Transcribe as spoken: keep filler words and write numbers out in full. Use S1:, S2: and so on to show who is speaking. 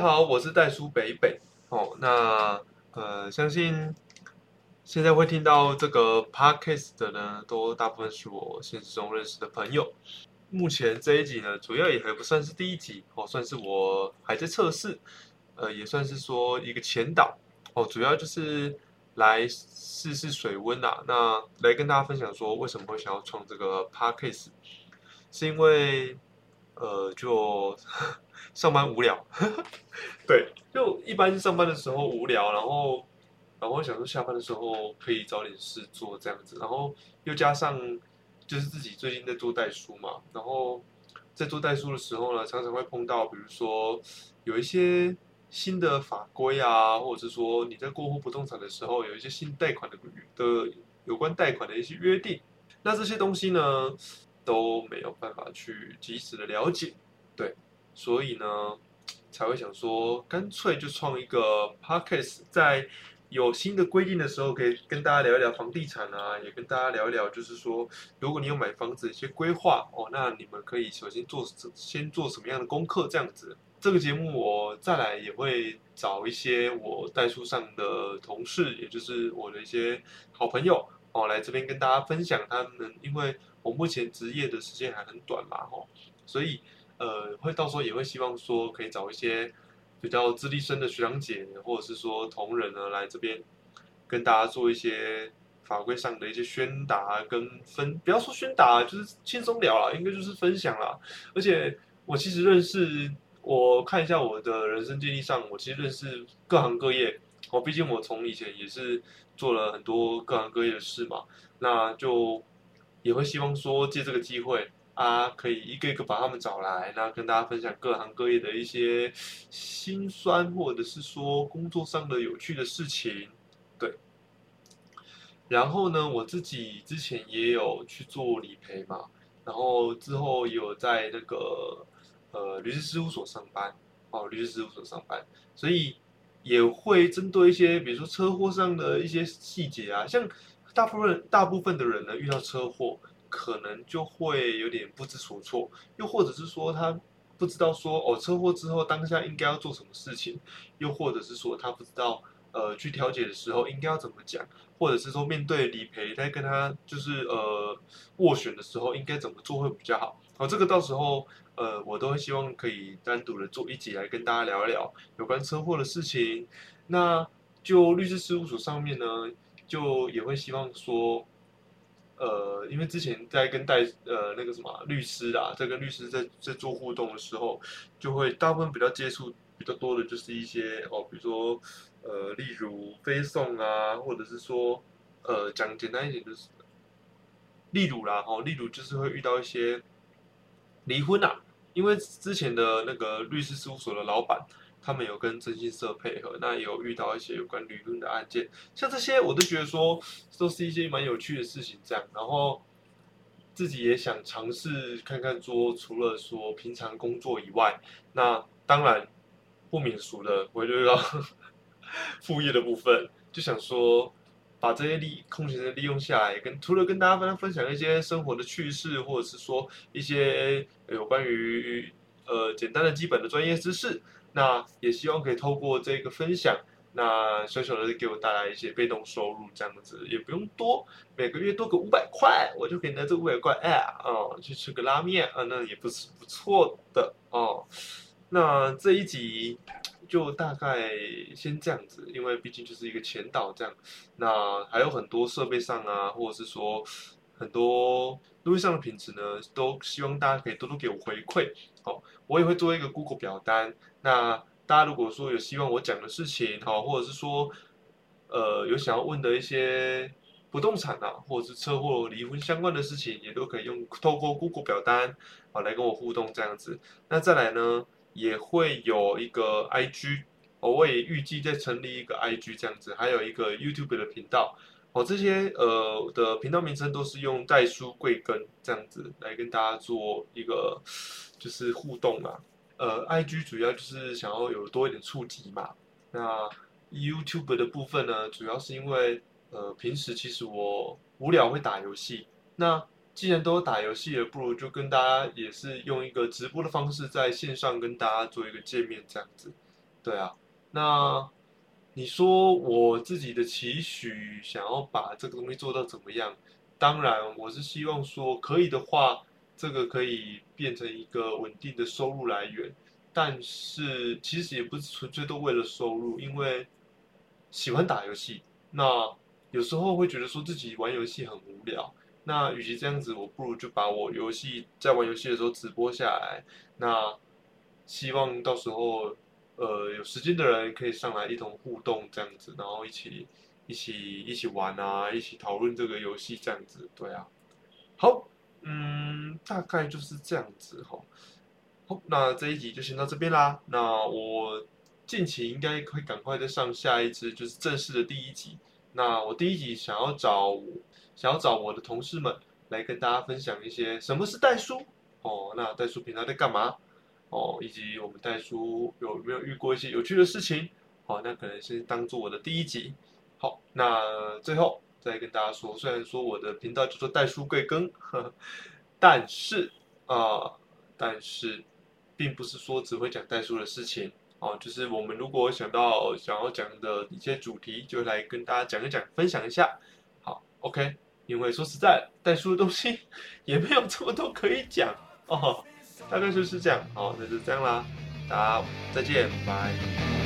S1: 好，我是代叔北北哦。那呃，相信现在会听到这个 podcast 的呢，都大部分是我现实中认识的朋友。目前这一集呢，主要也还不算是第一集哦，算是我还在测试，呃，也算是说一个前导哦，主要就是来试试水温啦、那来跟大家分享说，为什么会想要创这个 podcast，是因为呃，就上班无聊。对，就一般上班的时候无聊，然后然后想说下班的时候可以找点事做这样子，然后又加上就是自己最近在做代书嘛，然后在做代书的时候呢，常常会碰到，比如说有一些新的法规啊，或者是说你在过户不动产的时候有一些新贷款的的有关贷款的一些约定，那这些东西呢都没有办法去及时的了解，对，所以呢。才会想说，干脆就创一个 podcast，在有新的规定的时候，可以跟大家聊一聊房地产啊，也跟大家聊一聊，就是说，如果你有买房子的一些规划哦，那你们可以首先做先做什么样的功课，这样子。这个节目我再来也会找一些我代书上的同事，也就是我的一些好朋友哦，来这边跟大家分享他们，因为我目前职业的时间还很短嘛，哦，所以。呃，会到时候也会希望说可以找一些比较资历深的学长姐，或者是说同仁呢，来这边跟大家做一些法规上的一些宣达跟分，不要说宣达，就是轻松聊啦，应该就是分享啦。而且我其实认识，我看一下我的人生经历上，我其实认识各行各业。哦，毕竟我从以前也是做了很多各行各业的事嘛，那就也会希望说借这个机会。啊，可以一个一个把他们找来，那跟大家分享各行各业的一些辛酸，或者是说工作上的有趣的事情，对。然后呢，我自己之前也有去做理赔嘛，然后之后也有在那个呃律师事务所上班，哦，律师事务所上班，所以也会针对一些比如说车祸上的一些细节啊，像大部分大部分的人呢遇到车祸。可能就会有点不知所措，又或者是说他不知道说哦车祸之后当下应该要做什么事情，又或者是说他不知道呃去调解的时候应该要怎么讲，或者是说面对理赔在跟他就是呃斡旋的时候应该怎么做会比较好。好，这个到时候呃我都会希望可以单独的做一集来跟大家聊一聊有关车祸的事情。那就律师事务所上面呢，就也会希望说。呃，因为之前在跟代呃那个什么律师啊，在跟律师在在做互动的时候，就会大部分比较接触比较多的就是一些哦，比如说呃，例如非讼啊，或者是说呃讲简单一点就是，例如啦，哦，例如就是会遇到一些离婚啊，因为之前的那个律师事务所的老板，他们有跟征信社配合，那也有遇到一些有关离婚的案件，像这些我都觉得说都是一些蛮有趣的事情，这样，然后自己也想尝试看看说，除了说平常工作以外，那当然不免俗的，回归到副业的部分，就想说。把这些利空闲的利用下来，跟除了跟大家分分享一些生活的趣事，或者是说一些有关于呃简单的基本的专业知识，那也希望可以透过这个分享，那小小的给我带来一些被动收入，这样子也不用多，每个月多个五百块，我就可以拿这五百块，哎哦，去吃个拉面啊，那也不是不错的哦。那这一集就大概先这样子，因为毕竟就是一个前导这样。那还有很多设备上啊，或者是说很多录音上的品质呢，都希望大家可以多多给我回馈。好，我也会做一个 Google 表单。那大家如果说有希望我讲的事情，好，或者是说呃有想要问的一些不动产啊，或者是车祸、离婚相关的事情，也都可以用透过 Google 表单好来跟我互动这样子。那再来呢，也会有一个 I G。哦，我也预计再成立一个 I G 这样子，还有一个 YouTube 的频道。哦，这些呃的频道名称都是用代书贵根这样子来跟大家做一个就是互动啊。呃，I G 主要就是想要有多一点触及嘛。那 YouTube 的部分呢，主要是因为呃平时其实我无聊会打游戏，那既然都打游戏了，不如就跟大家也是用一个直播的方式在线上跟大家做一个见面这样子。 对啊，那你说我自己的期许，想要把这个东西做到怎么样？当然，我是希望说可以的话，这个可以变成一个稳定的收入来源。但是其实也不是纯粹都为了收入，因为喜欢打游戏，那有时候会觉得说自己玩游戏很无聊。那与其这样子，我不如就把我游戏在玩游戏的时候直播下来。那希望到时候呃有时间的人可以上来一同互动这样子，然后一起一起一起玩啊，一起讨论这个游戏这样子。对啊，好，嗯，大概就是这样子哈。好，那这一集就先到这边啦。那我近期应该会赶快再上下一支，就是正式的第一集。那我第一集想要找想要找我的同事们来跟大家分享一些什么是代书哦，那代书平常在干嘛哦，以及我们代书有没有遇过一些有趣的事情。好，那可能先当做我的第一集。好，那最后再跟大家说，虽然说我的频道叫做代书贵庚，呵呵但是啊、呃但是并不是说只会讲代数的事情哦，就是我们如果想到想要讲的一些主题，就来跟大家讲一讲，分享一下。好，OK，因为说实在，代数的东西也没有这么多可以讲哦，大概就是这样。好，那就这样啦，大家再见，拜。